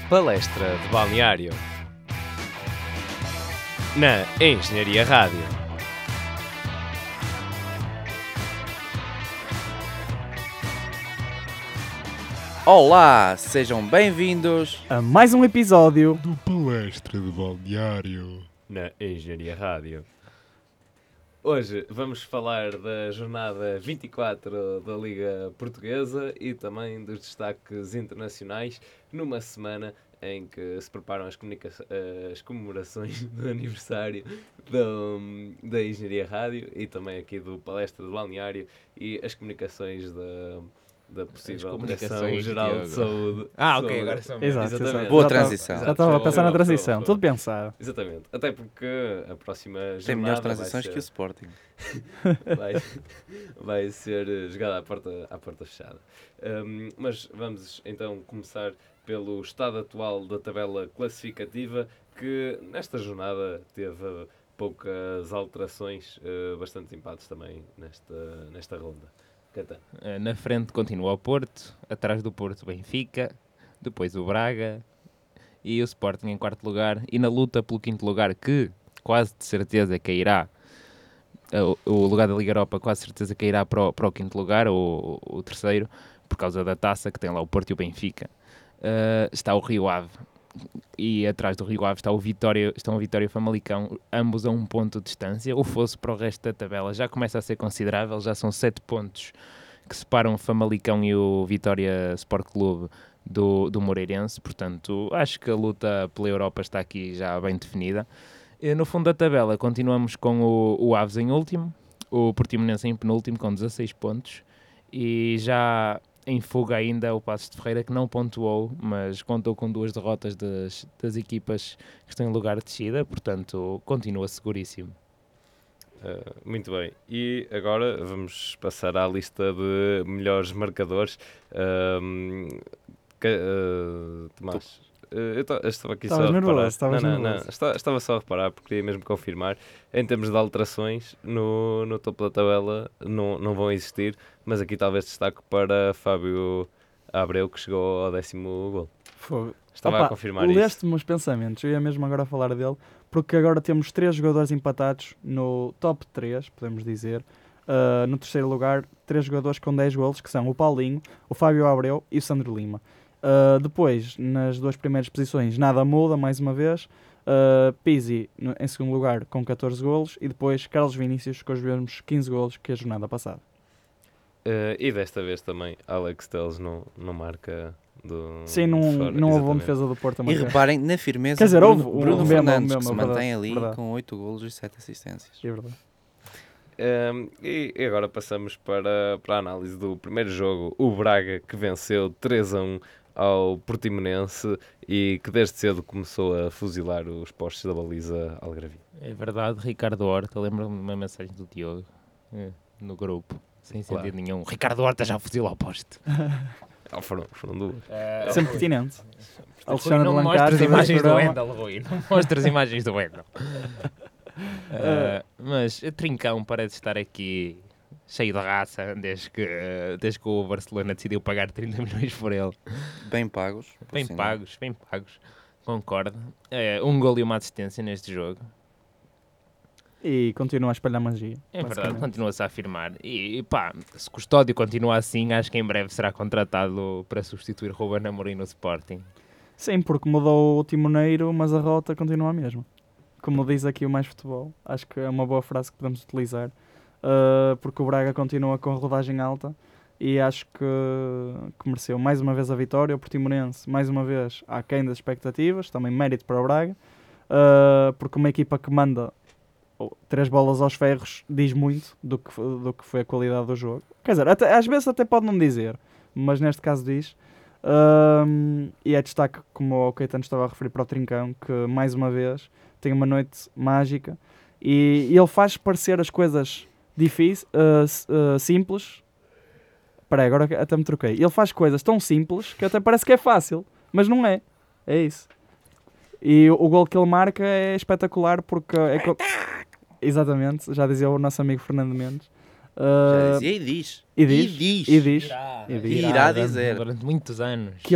Palestra de balneário na Engenharia Rádio. Olá, sejam bem-vindos a mais um episódio do Palestra de Balneário na Engenharia Rádio. Hoje vamos falar da jornada 24 da Liga Portuguesa e também dos destaques internacionais numa semana em que se preparam as comemorações do aniversário da Engenharia Rádio e também aqui do Palestra de Balneário e as comunicações da possível Direção-Geral de Saúde. Ok, agora são Exato. Boa transição. Já estava a pensar na transição, Boa. tudo pensado. Exatamente, até porque a próxima jornada Tem melhores transições vai que o Sporting. vai ser jogada à porta fechada. Mas vamos então começar pelo estado atual da tabela classificativa, que nesta jornada teve poucas alterações, bastantes empates também nesta ronda. Na frente continua o Porto, atrás do Porto Benfica, depois o Braga e o Sporting em quarto lugar. E na luta pelo quinto lugar, que quase de certeza cairá, o lugar da Liga Europa quase de certeza cairá para o quinto lugar, o terceiro, por causa da taça que tem lá o Porto e o Benfica. Está o Rio Ave. E atrás do Rio Ave estão o Vitória e o Famalicão, ambos a 1 ponto de distância. O fosso para o resto da tabela já começa a ser considerável, já são 7 pontos que separam o Famalicão e o Vitória Sport Clube do Moreirense, portanto acho que a luta pela Europa está aqui já bem definida. E no fundo da tabela continuamos com o Aves em último, o Portimonense em penúltimo com 16 pontos e já em fuga ainda o Paços de Ferreira, que não pontuou, mas contou com 2 derrotas das equipas que estão em lugar de descida, portanto continua seguríssimo. Muito bem, e agora vamos passar à lista de melhores marcadores. Tomás, eu estava aqui só a reparar. Estava só a reparar, porque queria mesmo confirmar. Em termos de alterações, no topo da tabela não vão existir, mas aqui talvez destaque para Fábio Abreu, que chegou ao 10º gol. Estava a confirmar isso. Leste-me os pensamentos, eu ia mesmo agora falar dele, porque agora temos 3 jogadores empatados no top 3, podemos dizer. No terceiro lugar, 3 jogadores com 10 golos, que são o Paulinho, o Fábio Abreu e o Sandro Lima. Depois, nas 2 primeiras posições, nada muda, mais uma vez. Pizzi em segundo lugar com 14 golos e depois Carlos Vinícius com os mesmos 15 golos que a jornada passada. E desta vez também Alex Telles não marca do... Sim, não houve uma defesa do Porto a marcar. E reparem na firmeza Quer dizer, de houve Bruno mesmo, Fernandes, que se verdade, mantém ali verdade. com 8 golos e 7 assistências. É verdade. E agora passamos para a análise do primeiro jogo, o Braga, que venceu 3-1 ao Portimonense e que desde cedo começou a fuzilar os postes da baliza algarvia. É verdade, Ricardo Horta, lembro-me de uma mensagem do Diogo no grupo, sem sentido nenhum. Ricardo Horta já fuzila ao poste. Foram duas. Sempre pertinente. Alexandre não mostres imagens do Wendel, Rui. Não mostres imagens do Wendel. Mas Trincão parece estar aqui cheio de raça desde que o Barcelona decidiu pagar 30 milhões por ele. Bem pagos. Bem pagos. Concordo. 1 gol e uma assistência neste jogo. E continua a espalhar magia. É verdade, continua-se a afirmar. E pá, se Custódio continua assim, acho que em breve será contratado para substituir Ruben Amorim no Sporting. Sim, porque mudou o timoneiro, mas a rota continua a mesma. Como diz aqui o Mais Futebol, acho que é uma boa frase que podemos utilizar, porque o Braga continua com a rodagem alta e acho que mereceu mais uma vez a vitória. O Portimonense, mais uma vez, aquém das expectativas, também mérito para o Braga, porque uma equipa que manda 3 bolas aos ferros diz muito do que foi a qualidade do jogo. Quer dizer, às vezes até pode não dizer, mas neste caso diz. E é destaque, como o Caetano estava a referir, para o Trincão, que mais uma vez tem uma noite mágica e ele faz parecer as coisas simples. Espera aí, agora até me troquei. Ele faz coisas tão simples que até parece que é fácil, mas não é. É isso. E o gol que ele marca é espetacular porque exatamente, já dizia o nosso amigo Fernando Mendes. Já dizia e diz. Irá dizer. Durante muitos anos. Que ele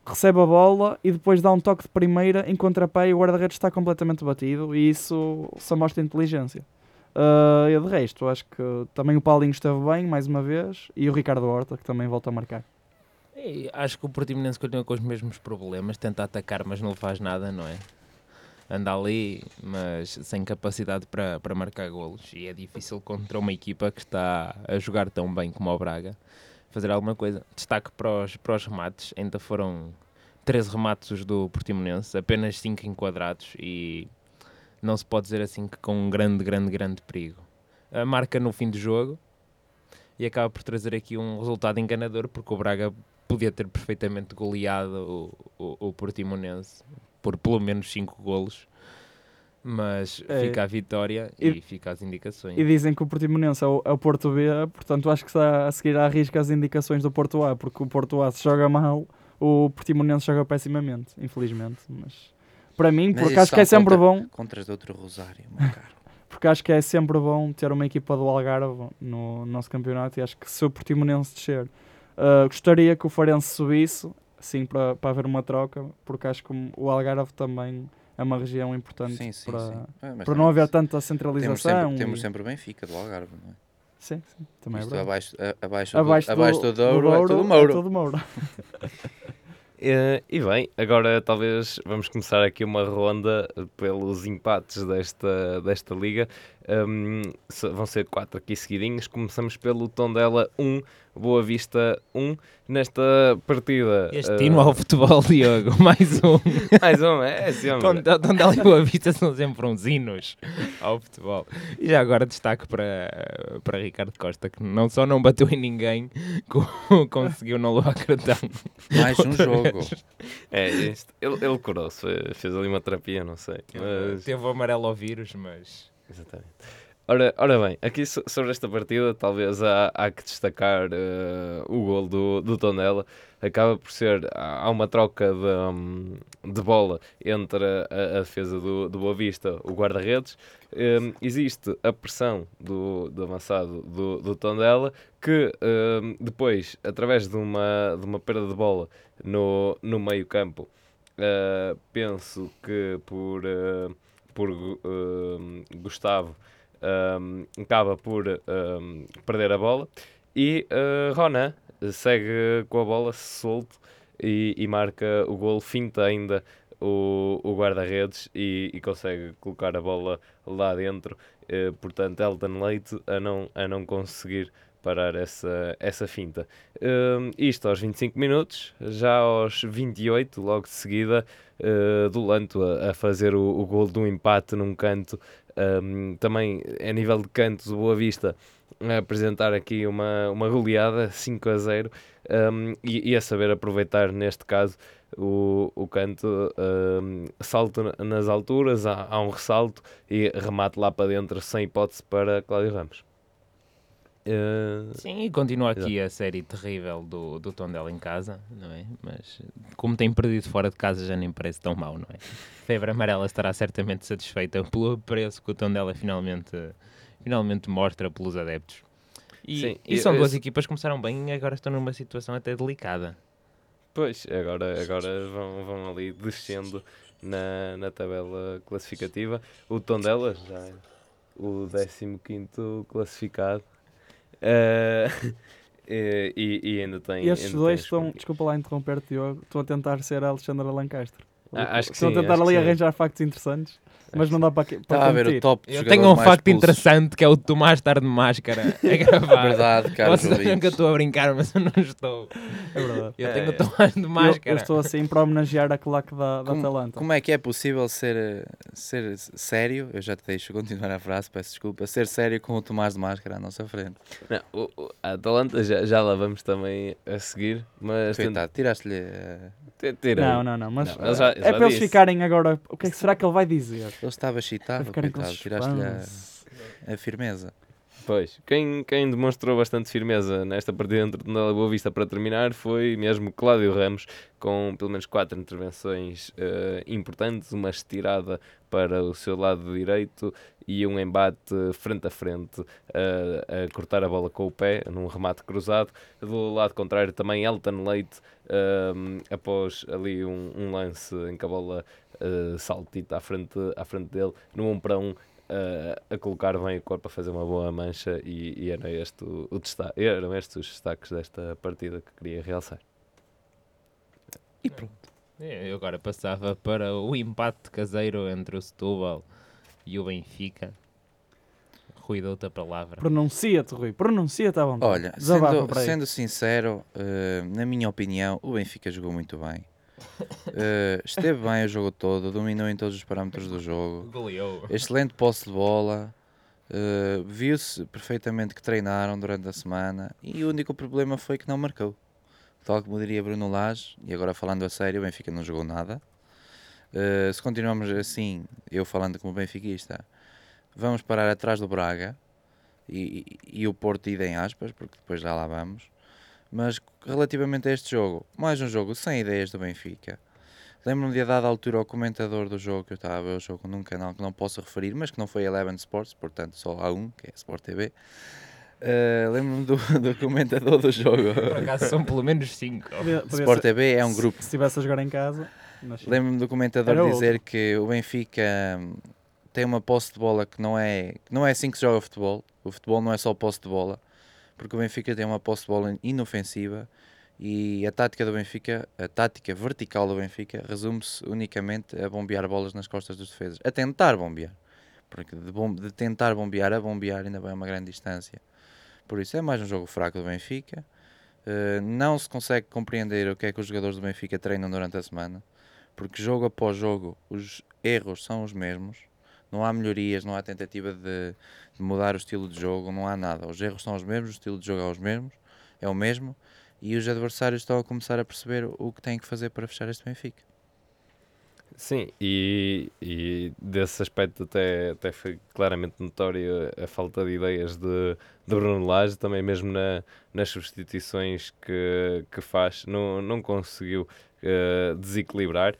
recebe a bola e depois dá um toque de primeira em contrapé e o guarda-redes está completamente batido e isso só mostra inteligência. E de resto, acho que também o Paulinho esteve bem, mais uma vez, e o Ricardo Horta, que também volta a marcar. E acho que o Portimonense continua com os mesmos problemas, tenta atacar, mas não faz nada, não é? Anda ali, mas sem capacidade para marcar golos. E é difícil contra uma equipa que está a jogar tão bem como o Braga fazer alguma coisa. Destaque para os remates. Ainda foram 13 remates os do Portimonense, apenas 5 enquadrados. E não se pode dizer assim que com um grande perigo. A marca no fim do jogo e acaba por trazer aqui um resultado enganador, porque o Braga podia ter perfeitamente goleado o Portimonense por pelo menos 5 golos, mas fica a vitória e fica as indicações. E dizem que o Portimonense é o Porto B, portanto acho que está a seguir à risca as indicações do Porto A, porque o Porto A se joga mal, o Portimonense joga pessimamente, infelizmente. Mas para mim, porque acho que é sempre bom... Contras de outro Rosário, meu caro. Porque acho que é sempre bom ter uma equipa do Algarve no nosso campeonato e acho que se o Portimonense descer, gostaria que o Farense subisse, sim, para haver uma troca, porque acho que o Algarve também é uma região importante para não haver tanta centralização. Temos sempre o Benfica do Algarve, não é? Sim, também isto é verdade. Abaixo do Douro é tudo Mouro. E bem, agora talvez vamos começar aqui uma ronda pelos empates desta liga. Vão ser 4 aqui seguidinhos. Começamos pelo Tondela 1, Boa Vista 1. Nesta partida... Este hino ao futebol, Diogo, mais um. Mais um, é sempre. Tondela e Boa Vista são sempre uns hinos ao futebol. E já agora destaque para Ricardo Costa, que não só não bateu em ninguém, conseguiu não levar cartão. Mais um jogo. Ele curou-se, fez ali uma terapia, não sei. Mas... Teve o amarelo ao vírus, mas... Exatamente. Ora bem, aqui sobre esta partida talvez há que destacar o gol do Tondela. Acaba por ser, há uma troca de bola entre a defesa do Boa Vista, o guarda-redes. Existe a pressão do avançado do Tondela, que depois, através de uma perda de bola no meio campo, penso que por Gustavo, acaba por perder a bola e Ronan segue com a bola solto e marca o golo, finta ainda o guarda-redes e consegue colocar a bola lá dentro. Portanto, Elton Leite a não conseguir parar essa finta. Isto aos 25 minutos, já aos 28, logo de seguida, do Lanto a fazer o golo do empate num canto. Também a nível de cantos, o Boa Vista a apresentar aqui uma goleada 5-0 e a saber aproveitar neste caso o canto, salto nas alturas, há um ressalto e remate lá para dentro sem hipótese para Cláudio Ramos. Sim, e continua aqui a série terrível do Tondela em casa, não é? Mas como tem perdido fora de casa já nem parece tão mau, não é? Febre Amarela estará certamente satisfeita pelo preço que o Tondela finalmente mostra pelos adeptos. E são duas equipas que começaram bem e agora estão numa situação até delicada. Pois, agora vão ali descendo na tabela classificativa. O Tondela já é o 15º classificado. E ainda tem... Estes dois estão, desculpa lá interromper-te, Diogo, estão a tentar ser a Alexandra Lancaster. Acho que estão sim, a tentar ali sim. arranjar factos interessantes, mas não dá para Está a ver o top de Eu jogador tenho um mais facto pulsos. interessante que é o Tomás estar de máscara a gravar. Verdade, caros Vocês acham que eu ouvintes. estou a brincar, mas eu não estou. É verdade. Eu tenho o Tomás de máscara. Eu estou assim para homenagear a claque da Atalanta. Como é que é possível ser sério? Eu já te deixo continuar a frase, peço desculpa. Ser sério com o Tomás de máscara à nossa frente. Não, a Atalanta já lá vamos também a seguir, mas... Coitado, tiraste-lhe... Não, mas Não, ele já é para eles disse. ficarem agora. O que é que será que ele vai dizer? Ele estava Para excitado, ficarem com coitado. suspense. Tiraste-lhe a firmeza. Pois, quem demonstrou bastante firmeza nesta partida entre Tondela e Boa Vista para terminar foi mesmo Cláudio Ramos, com pelo menos 4 intervenções importantes, uma estirada para o seu lado direito e um embate frente a frente a cortar a bola com o pé, num remate cruzado. Do lado contrário também Elton Leite, após ali um lance em que a bola saltita à frente dele, no 1 para 1, a colocar bem o corpo, a fazer uma boa mancha, e era este o destaque, eram estes os destaques desta partida que queria realçar. E pronto. Eu agora passava para o empate caseiro entre o Setúbal e o Benfica. Rui, dou-te a palavra. Pronuncia-te, Rui. Pronuncia-te à vontade. Olha, Desabafa para aí. sendo sincero, na minha opinião, o Benfica jogou muito bem. Esteve bem o jogo todo, dominou em todos os parâmetros do jogo. Goleou. Excelente posse de bola. Viu-se perfeitamente que treinaram durante a semana e o único problema foi que não marcou. Tal como diria Bruno Lage, e agora falando a sério, o Benfica não jogou nada. Se continuarmos assim, eu falando como benfiquista, vamos parar atrás do Braga e o Porto idem aspas, porque depois já lá vamos. Mas relativamente a este jogo, mais um jogo sem ideias do Benfica. Lembro-me de a dada altura ao comentador do jogo, que eu estava a ver o jogo num canal que não posso referir, mas que não foi Eleven Sports, portanto só há um, que é Sport TV. Lembro-me do comentador do jogo. Por acaso são pelo menos 5. Sport TV é um grupo. Se estivesse a jogar em casa... mas sim. Lembro-me do comentador Era dizer outro. que o Benfica tem uma posse de bola que não é assim que se joga futebol. O futebol não é só posse de bola, porque o Benfica tem uma posse de bola inofensiva e a tática do Benfica, a tática vertical do Benfica, resume-se unicamente a bombear bolas nas costas dos defesas, a tentar bombear, porque de tentar bombear a bombear ainda vai uma grande distância. Por isso é mais um jogo fraco do Benfica. Não se consegue compreender o que é que os jogadores do Benfica treinam durante a semana, porque jogo após jogo os erros são os mesmos, não há melhorias, não há tentativa de mudar o estilo de jogo, não há nada, os erros são os mesmos, o estilo de jogo é o mesmo, e os adversários estão a começar a perceber o que têm que fazer para fechar este Benfica. Sim, e desse aspecto até foi claramente notório a falta de ideias de Bruno Lage, também mesmo nas substituições que faz, não conseguiu desequilibrar.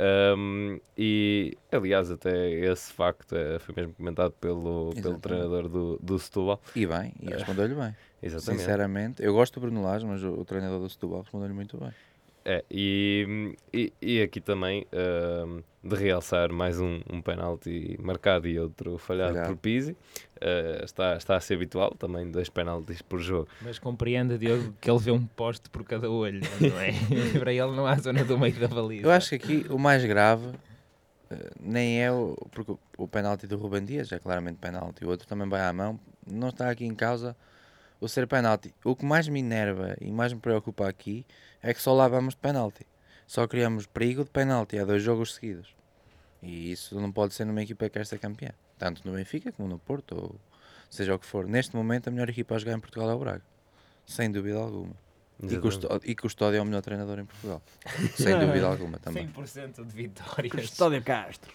E aliás, até esse facto foi mesmo comentado pelo Exatamente. treinador do Setúbal. E bem, e respondeu-lhe bem. Exatamente. Sinceramente, eu gosto do Bruno Lage, mas o treinador do Setúbal respondeu-lhe muito bem. E aqui também de realçar mais um penalti marcado e outro falhado por Pizzi. Está a ser habitual também 2 penaltis por jogo. Mas compreende, Diogo, que ele vê um poste por cada olho, não é? Para ele não há zona do meio da baliza. Eu acho que aqui o mais grave nem é porque o penalti do Ruben Dias é claramente penalti, o outro também vai à mão, não está aqui em causa o ser penalti. O que mais me enerva e mais me preocupa aqui é que só lá vamos de penalti. Só criamos perigo de penalti há 2 jogos seguidos. E isso não pode ser numa equipa que quer ser campeã. Tanto no Benfica como no Porto, ou seja o que for. Neste momento a melhor equipa a jogar em Portugal é o Braga. Sem dúvida alguma. E Custódio é o melhor treinador em Portugal. Sem dúvida alguma também. 100% de vitórias. Custódio Castro.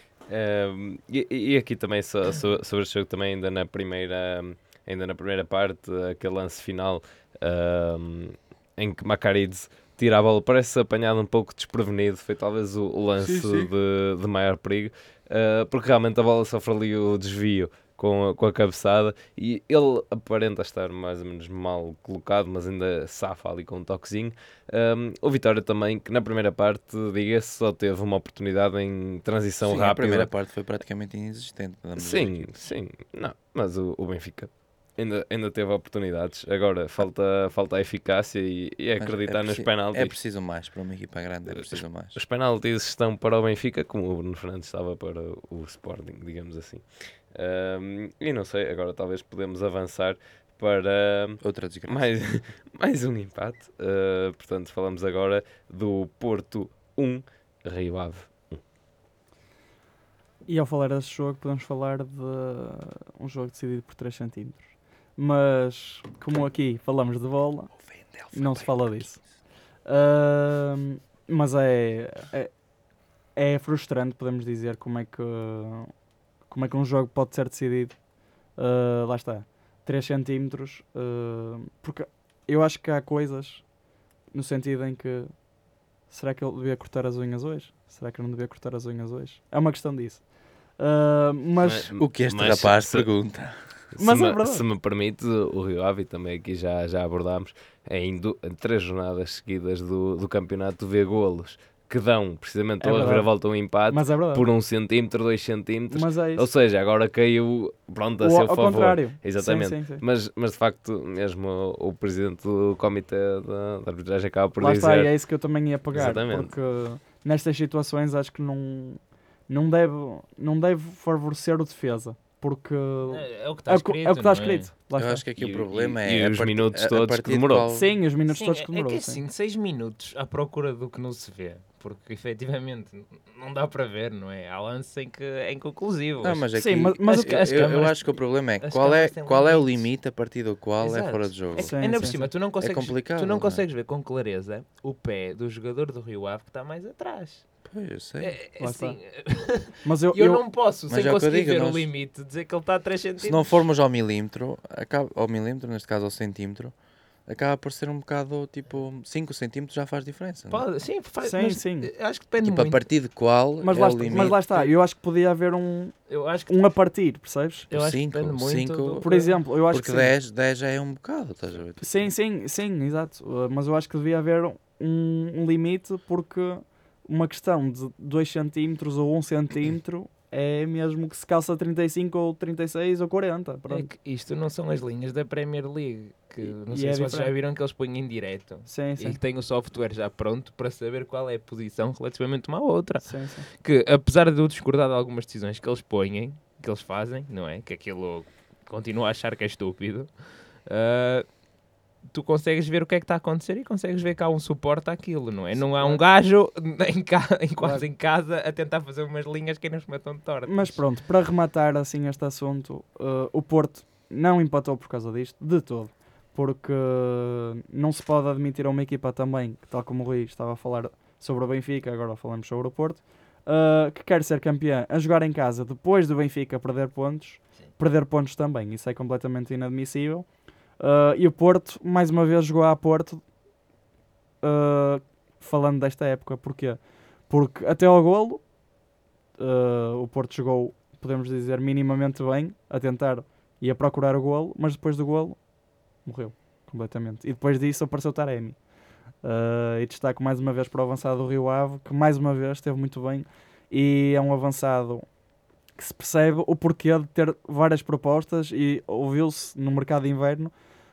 E aqui também sobre este jogo, também ainda na primeira parte, aquele lance final em que Macarides tira a bola, parece apanhado um pouco desprevenido, foi talvez o lance de maior perigo, porque realmente a bola sofre ali o desvio com a cabeçada e ele aparenta estar mais ou menos mal colocado, mas ainda safa ali com um toquezinho. O Vitória também, que na primeira parte, diga-se, só teve uma oportunidade em transição rápida. A primeira parte foi praticamente inexistente. Sim, não, mas o Benfica ainda teve oportunidades. Agora falta a eficácia e acreditar nos penaltis. É preciso mais para uma equipa grande, é preciso mais. Os penaltis estão para o Benfica, como o Bruno Fernandes estava para o Sporting, digamos assim. E não sei, agora talvez podemos avançar para outra desgraça. mais um empate. Portanto, falamos agora do Porto 1, Rio Ave 1. E ao falar desse jogo, podemos falar de um jogo decidido por 3 centímetros. Mas, como aqui falamos de bola, não se fala disso. Mas é frustrante, podemos dizer, como é que um jogo pode ser decidido. Lá está. 3 centímetros, porque eu acho que há coisas no sentido em que será que ele devia cortar as unhas hoje? Será que eu não devia cortar as unhas hoje? É uma questão disso. Mas O que este Mas rapaz se- pergunta. Mas se, é me, verdade. se me permite, o Rio Ave também aqui já abordámos, em 3 jornadas seguidas do campeonato vê golos que dão precisamente É ou a verdade. reviravolta ou um empate mas é verdade. por 1 centímetro, 2 centímetros. Mas é Ou isso. seja, agora caiu pronto a Ou seu ao favor. contrário. Exatamente. Sim, sim, sim. Mas de facto, mesmo o presidente do comitê da arbitragem acaba por Lá está, e dizer. é isso que eu também ia pegar. Exatamente. Porque nestas situações acho que não deve favorecer o defesa. Porque É o que é está o que escrito. está não é? escrito. Lá Eu está. acho que aqui E- o problema e é os minutos a todos partir que de demorou. qual- Sim, os minutos Sim, todos que é que demorou. assim, 6 minutos à procura do que não se vê. Porque efetivamente não dá para ver, não é? Há lance em que é inconclusivo. Não, mas aqui, Sim, mas o que- as eu câmaras- acho que o problema é as qual é câmaras têm o limites. limite a partir do qual é Exato. fora de jogo. É que, Sim, ainda por sim, cima, sim. tu não consegues, complicado, tu não não é? consegues ver com clareza o pé do jogador do Rio Ave que está mais atrás. Pois, eu sei. Lá Assim, Mas eu não posso, Mas sem é o que eu conseguir digo, ver o nós- limite, dizer que ele está a 3 centímetros. Se não formos ao milímetro, neste caso ao centímetro, acaba por ser um bocado tipo 5 centímetros já faz diferença. Não é? Pode, sim, Sim, mas sim. Acho que depende Tipo, a muito. partir de qual Mas é lá, o está, limite? mas lá está, eu acho que podia haver Eu acho que, um a partir, percebes? eu acho que cinco, depende muito. cinco, do Por que- exemplo, eu acho Porque que sim. 10 já é um bocado, estás a ver? Sim, exato. Mas eu acho que devia haver um limite porque uma questão de 2 centímetros ou 1 centímetro é mesmo que se calça 35 ou 36 ou 40. É Pronto. que isto não são as linhas da Premier League, que não E sei é se vocês já diferente. viram que eles põem em direto. Sim, E sim. que tem o software já pronto para saber qual é a posição relativamente uma à outra. Sim, sim. Que apesar de eu discordar de algumas decisões que eles põem, que eles fazem, não é? Que aquilo continua a achar que é estúpido, tu consegues ver o que é que está a acontecer e consegues ver que há um suporte àquilo, não é? Não há um gajo quase em casa a tentar fazer umas linhas que nos matam de tortas. Mas pronto, para rematar assim este assunto, o Porto não empatou por causa disto, de todo. Porque não se pode admitir a uma equipa também, que tal como o Rui estava a falar sobre o Benfica, agora falamos sobre o Porto, que quer ser campeã a jogar em casa depois do Benfica perder pontos também, isso é completamente inadmissível. E o Porto, mais uma vez, jogou a Porto, falando desta época. Porquê? Porque até ao golo, o Porto jogou, podemos dizer, minimamente bem, a tentar e a procurar o golo, mas depois do golo, morreu completamente. E depois disso apareceu Taremi. E destaco mais uma vez para o avançado do Rio Ave, que mais uma vez esteve muito bem, e é um avançado que se percebe o porquê de ter várias propostas, e ouviu-se no mercado de inverno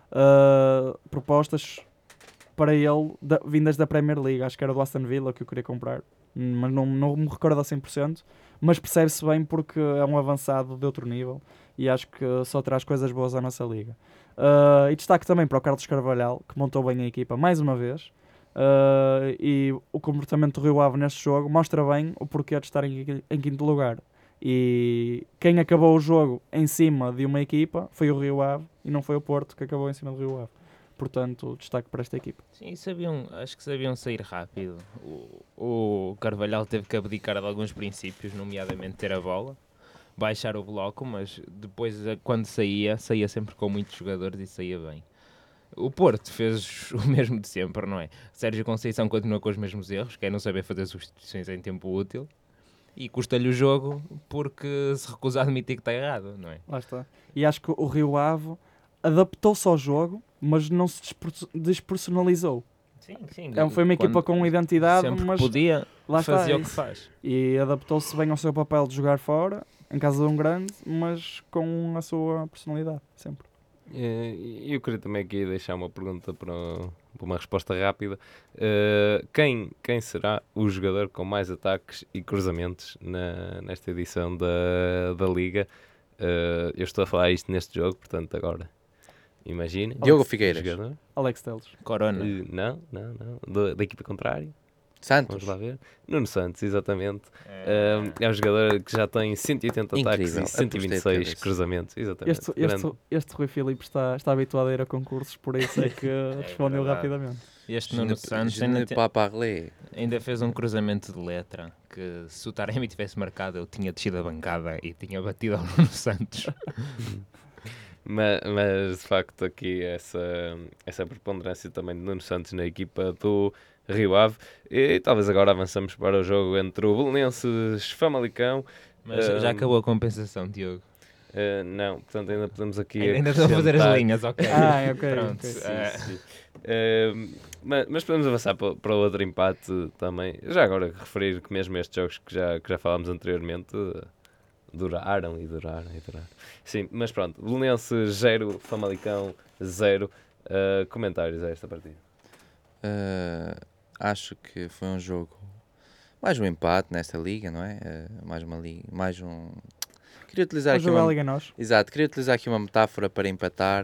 propostas para ele vindas da Premier League. Acho que era do Aston Villa que eu queria comprar, mas não me recordo a 100%, mas percebe-se bem porque é um avançado de outro nível e acho que só traz coisas boas à nossa liga. E destaque também para o Carlos Carvalhal, que montou bem a equipa mais uma vez. E o comportamento do Rio Ave neste jogo mostra bem o porquê de estar em quinto lugar. E quem acabou o jogo em cima de uma equipa foi o Rio Ave e não foi o Porto que acabou em cima do Rio Ave. Portanto, destaque para esta equipa. Sim, acho que sabiam sair rápido. O Carvalhal teve que abdicar de alguns princípios, nomeadamente ter a bola, baixar o bloco, mas depois, quando saía sempre com muitos jogadores e saía bem. O Porto fez o mesmo de sempre, não é? Sérgio Conceição continua com os mesmos erros, que é não saber fazer substituições em tempo útil, e custa-lhe o jogo porque se recusa a admitir que está errado, não é? Lá está. E acho que o Rio Ave adaptou-se ao jogo, mas não se despersonalizou. Sim. Foi uma equipa com identidade, sempre mas podia lá está, fazer é o que isso. faz. E adaptou-se bem ao seu papel de jogar fora, em casa de um grande, mas com a sua personalidade, sempre. Eu queria também aqui deixar uma pergunta para uma resposta rápida. Quem será o jogador com mais ataques e cruzamentos nesta edição da Liga? Eu estou a falar isto neste jogo, portanto agora imagine. Diogo Figueiras. Jogador. Alex Teles. Corona. Não. Da equipa contrária. Santos. Vamos lá ver. Nuno Santos, exatamente. É um jogador que já tem 180 ataques Incrível. e 126 Apostei de cabeça. cruzamentos. Exatamente. Este Rui Filipe está habituado a ir a concursos, por isso é que respondeu verdade. rapidamente. Este Nuno Santos Je ne pas parler. ainda fez um cruzamento de letra que se o Taremi tivesse marcado eu tinha descido a bancada e tinha batido ao Nuno Santos. mas de facto aqui essa preponderância também de Nuno Santos na equipa do Rio Ave. E talvez agora avançamos para o jogo entre o Belenenses Famalicão. Mas já acabou a compensação, Diogo. Não, portanto ainda podemos aqui Ainda estou a fazer as acrescentar- linhas, ok. Ok. Pronto. ok. Sim. Mas podemos avançar para outro empate também. Já agora referir que mesmo estes jogos que já falámos anteriormente duraram. Sim, mas pronto. Belenenses 0, Famalicão 0. Comentários a esta partida. Acho que foi um jogo, mais um empate nesta liga, não é? Mais um. Queria utilizar Vamos aqui jogar a uma. Liga Nós. Exato, queria utilizar aqui uma metáfora para empatar,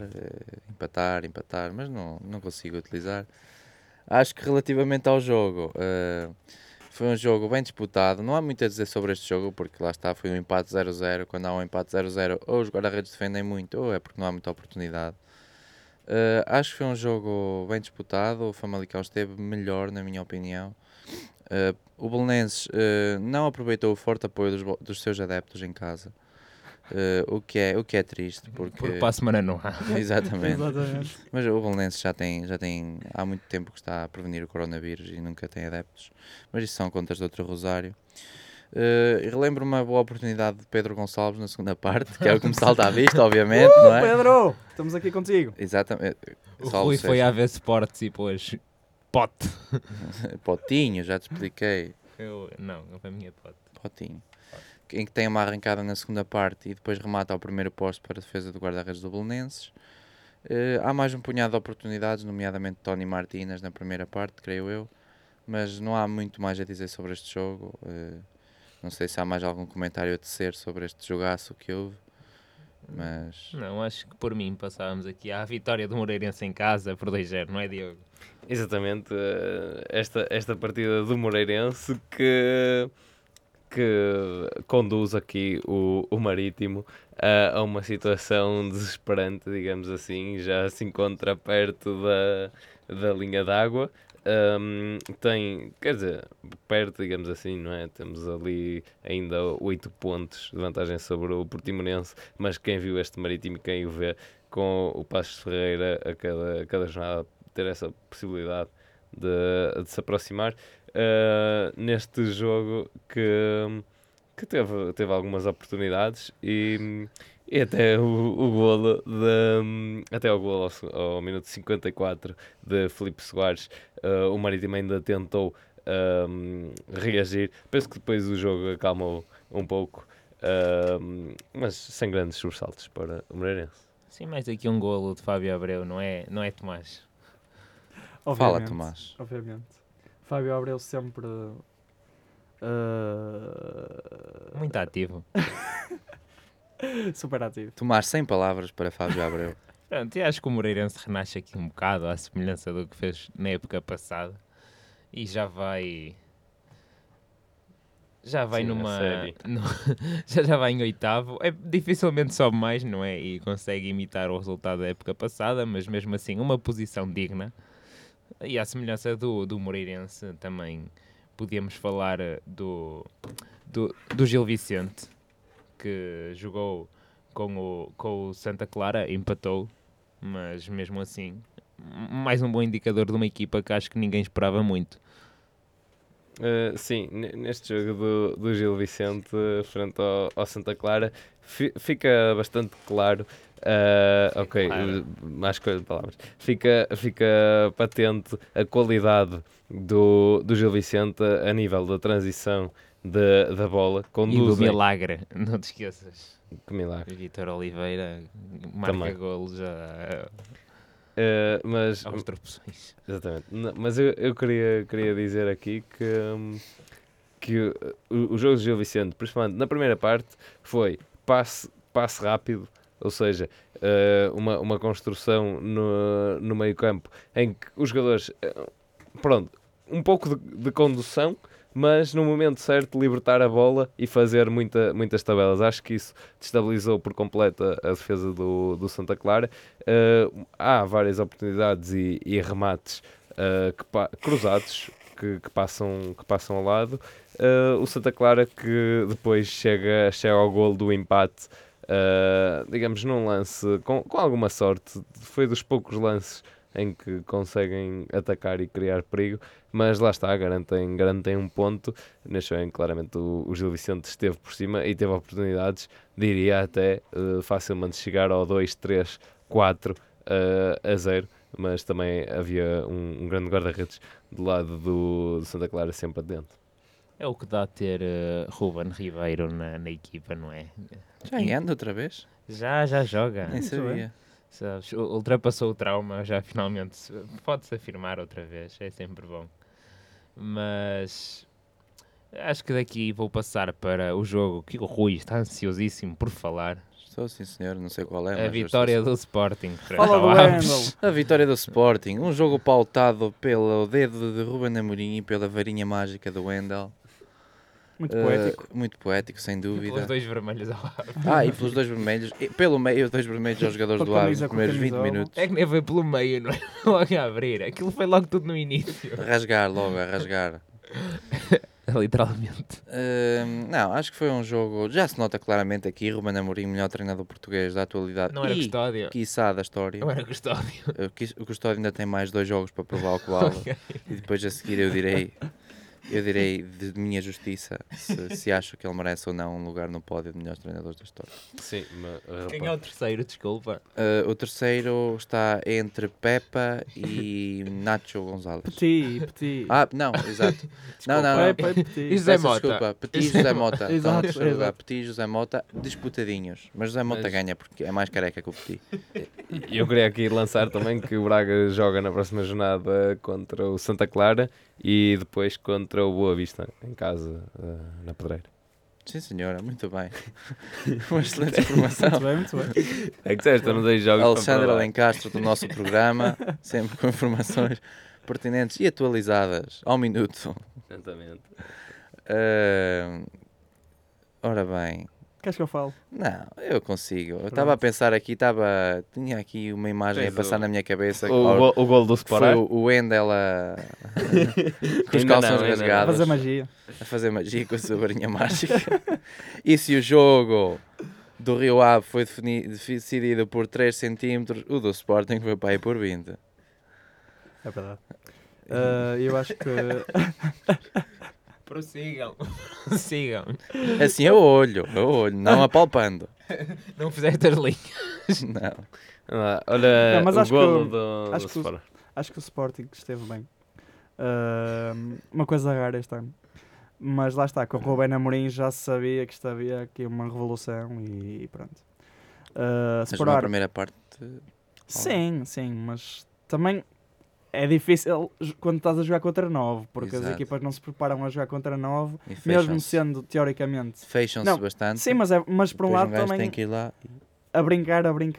mas não consigo utilizar. Acho que relativamente ao jogo, foi um jogo bem disputado. Não há muito a dizer sobre este jogo, porque lá está, foi um empate 0-0. Quando há um empate 0-0, ou os guarda-redes defendem muito, ou é porque não há muita oportunidade. Acho que foi um jogo bem disputado. O Famalicão esteve melhor, na minha opinião. O Belenenses não aproveitou o forte apoio dos seus adeptos em casa. O que é triste, porque Para a semana não há. exatamente. Exatamente. Mas o Belenenses já tem há muito tempo que está a prevenir o coronavírus e nunca tem adeptos. Mas isso são contas de outro rosário. E relembro uma boa oportunidade de Pedro Gonçalves na segunda parte, que é o que me salta à vista, obviamente, não é? Pedro, estamos aqui contigo. Exatamente. O Salve Rui seja. foi a ver Sports e pôs pote. Potinho, já te expliquei. Não foi a minha pote. Potinho. Em que tem uma arrancada na segunda parte e depois remata ao primeiro posto para a defesa do guarda-redes do Belenenses. Há mais um punhado de oportunidades, nomeadamente Tony Martínez na primeira parte, creio eu. Mas não há muito mais a dizer sobre este jogo. Não sei se há mais algum comentário a tecer sobre este jogaço que houve. Mas Não, acho que por mim passávamos aqui à vitória do Moreirense em casa por 2-0, não é, Diogo? Exatamente, esta partida do Moreirense que conduz aqui o Marítimo a uma situação desesperante, digamos assim, já se encontra perto da linha d'água. Quer dizer, perto, digamos assim, não é? Temos ali ainda 8 pontos de vantagem sobre o Portimonense, mas quem viu este Marítimo, quem o vê com o Passos Ferreira a cada jornada ter essa possibilidade de se aproximar neste jogo que teve algumas oportunidades e até o golo até o golo ao minuto 54 de Filipe Soares, o Marítimo ainda tentou reagir. Penso que depois o jogo acalmou um pouco, mas sem grandes sobressaltos para o Moreirense. Sim, mais aqui um golo de Fábio Abreu, não é Tomás? fala, Obviamente, Tomás. Obviamente. Fábio Abreu sempre... Muito ativo. super ativo. Tomás, 100 palavras para Fábio Abreu. Pronto, e acho que o Moreirense renasce aqui um bocado à semelhança do que fez na época passada e já vai Sim, a numa série. já vai em oitavo, dificilmente sobe mais, não é? E consegue imitar o resultado da época passada, mas mesmo assim uma posição digna. E à semelhança do Moreirense também podíamos falar do Gil Vicente, que jogou com o Santa Clara, empatou, mas mesmo assim, mais um bom indicador de uma equipa que acho que ninguém esperava muito. Sim, neste jogo do Gil Vicente frente ao Santa Clara fica bastante claro. Ok, Claro. mais coisa de palavras. Fica patente a qualidade do Gil Vicente a nível da transição da bola. E do Conduzem. milagre, não te esqueças. Que milagre. Vítor Oliveira marca Também. golos Mas aos tropeções. exatamente. Mas eu queria dizer aqui que o jogo de Gil Vicente, principalmente na primeira parte, foi passe rápido, ou seja, uma construção no meio campo em que os jogadores, pronto, um pouco de condução, mas no momento certo libertar a bola e fazer muitas tabelas. Acho que isso destabilizou por completo a defesa do Santa Clara. Há várias oportunidades e remates cruzados que passam ao lado. O Santa Clara que depois chega ao golo do empate digamos, num lance com alguma sorte. Foi dos poucos lances em que conseguem atacar e criar perigo, mas lá está, garantem um ponto. Neste bem, claramente o Gil Vicente esteve por cima e teve oportunidades, diria até facilmente chegar ao 2-3-4-0, mas também havia um grande guarda-redes do lado do Santa Clara sempre atento. É o que dá a ter Ruben Ribeiro na equipa, não é? Já anda outra vez? Já joga. Nem sabia. Sabes, ultrapassou o trauma, já finalmente pode-se afirmar outra vez, é sempre bom. Mas acho que daqui vou passar para o jogo que o Rui está ansiosíssimo por falar. Estou sim, senhor, não sei qual é. A mas eu vitória estou- do Sporting. frente Fala ao do Aves. Wendel. A vitória do Sporting, um jogo pautado pelo dedo de Ruben Amorim e pela varinha mágica do Wendel. Muito poético. Muito poético, sem Pelos dúvida. 2 vermelhos ao Aves. E pelos 2 vermelhos. E pelo meio, 2 vermelhos aos jogadores Com do Aves camisa, nos com primeiros 20 camisola. minutos. É que nem foi pelo meio, não é? Logo a abrir. Aquilo foi logo tudo no início. Rasgar logo, a rasgar. Literalmente. Não, acho que foi um jogo. Já se nota claramente aqui Ruben Amorim, melhor treinador português da atualidade. Não era e, Custódio. quiçá, da história. Não era Custódio. O Custódio ainda tem mais 2 jogos para provar o que vale. Ok. E depois a seguir eu direi de minha justiça se acho que ele merece ou não um lugar no pódio de melhores treinadores da história. Sim, mas Quem é o terceiro? Desculpa. O terceiro está entre Pepa e Nacho Gonzalez. Petit. Não, exato. Não. Pepe, Petit. E José Peço Mota. Desculpa, Petit e José Mota. Estão Exato, no terceiro lugar. exato. Petit e José Mota disputadinhos. Mas José Mota Mas- ganha porque é mais careca que o Petit. eu queria aqui lançar também que o Braga joga na próxima jornada contra o Santa Clara e depois contra o Boa Vista, em casa, na Pedreira. Sim, senhora, muito bem. Uma excelente informação. Muito bem. É que disseste, eu não dei jogos Alexandre para provar. Alencastro do nosso programa, sempre com informações pertinentes e atualizadas ao minuto. Exatamente. Ora bem, Queres que eu falo? não, eu consigo. Eu estava a pensar aqui, tinha aqui uma imagem Tens a passar na minha cabeça. O gol do Foi Sporar. o Wendel com os Ainda calções não, ainda não. rasgados Fazer magia. a fazer magia com a sua varinha mágica. E se o jogo do Rio Ave foi decidido por 3 centímetros, o do Sporting foi para aí por 20. É verdade. Eu acho que. Prossigam. Sigam. Assim eu olho, não apalpando. Não fizeste as linhas. Não. Olha, Não, mas o acho golo que- do acho que o- Sporar. Acho que o Sporting esteve bem. Uma coisa rara este ano. Mas lá está, com o Ruben Amorim já se sabia que isto havia aqui uma revolução e pronto. Mas Sporar- na primeira parte. Sim, mas também é difícil quando estás a jogar contra 9, porque as Exato. equipas não se preparam a jogar contra 9, E mesmo sendo teoricamente. Fecham-se Não, bastante. Sim, mas por um Depois lado gajo também tem que ir lá. a brincar,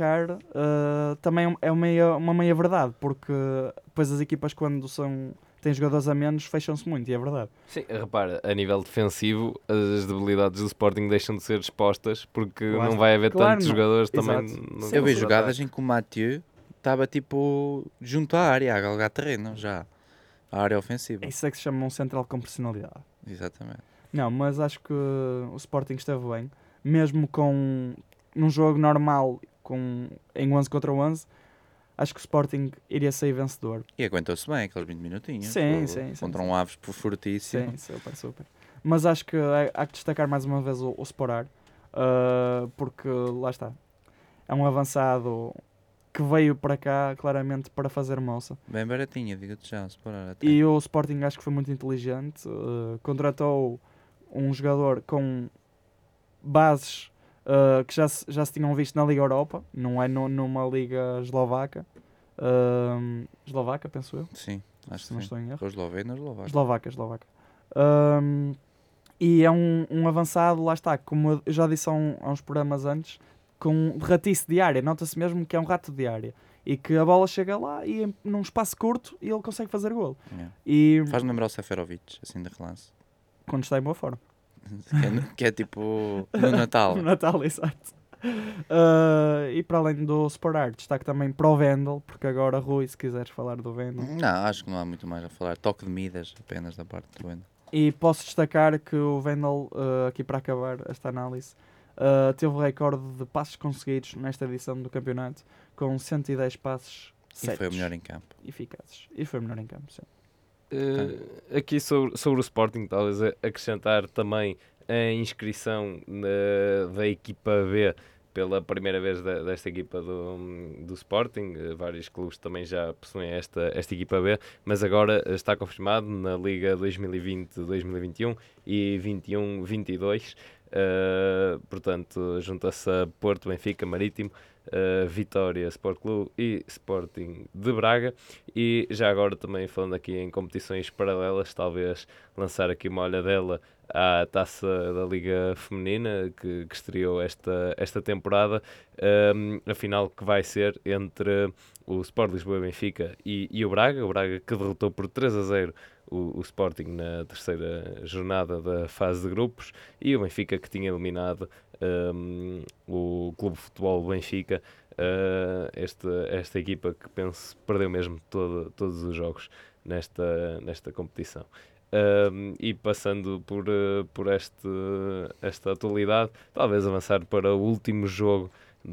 também é uma meia verdade, porque depois as equipas quando têm jogadores a menos fecham-se muito, e é verdade. Sim, repara, a nível defensivo, as debilidades do Sporting deixam de ser expostas porque Lá não está. vai haver Claro, tantos não. jogadores também. Exato. no Eu vi contra-ataque. jogadas em que o Mathieu estava tipo junto à área, a galgar terreno já. A área ofensiva. Isso é que se chama um central com personalidade. Exatamente. Não, mas acho que o Sporting esteve bem, mesmo num jogo normal, em 11 contra 11, acho que o Sporting iria sair vencedor. E aguentou-se bem aqueles 20 minutinhos. Sim, Pô, sim, Contra sim. um Aves fortíssimo. Sim, super. Mas acho que há que destacar mais uma vez o Sporar, porque lá está. É um avançado que veio para cá claramente para fazer moça. Bem baratinha, digo-te já. Se parar até. E o Sporting acho que foi muito inteligente, contratou um jogador com bases que já se tinham visto na Liga Europa, não é numa Liga eslovaca. Eslovaca, penso eu, Sim, acho se que não sim. estou em erro. Ou esloveno ou eslovaco. Eslovaca. E é um avançado, lá está, como eu já disse há uns programas antes, com ratice de área, nota-se mesmo que é um rato de área. E que a bola chega lá e num espaço curto e ele consegue fazer golo. Yeah. E Faz-me lembrar o Seferovic, assim de relance. quando está em boa forma. Que é tipo no Natal. No Natal, exato. E para além do Sporar, destaque também para o Wendel, porque agora, Rui, se quiseres falar do Wendel. Não, acho que não há muito mais a falar. Toque de Midas apenas da parte do Wendel. E posso destacar que o Wendel, aqui para acabar esta análise, Teve o recorde de passes conseguidos nesta edição do campeonato, com 110 passes E foi o certos, melhor em campo. eficazes. E foi o melhor em campo, sim. Aqui sobre o Sporting, talvez acrescentar também a inscrição da equipa B pela primeira vez desta equipa do Sporting. Vários clubes também já possuem esta equipa B, mas agora está confirmado na Liga 2020-2021 e 21-22. Portanto, junta-se a Porto, Benfica, Marítimo, Vitória Sport Clube e Sporting de Braga. E já agora também falando aqui em competições paralelas, talvez lançar aqui uma olhadela à Taça da Liga Feminina que estreou esta temporada, a final que vai ser entre o Sport Lisboa e Benfica e o Braga que derrotou por 3-0 o Sporting na terceira jornada da fase de grupos, e o Benfica que tinha eliminado o Clube de Futebol Benfica, esta equipa que penso perdeu mesmo todos os jogos nesta competição. E passando por esta atualidade, talvez avançar para o último jogo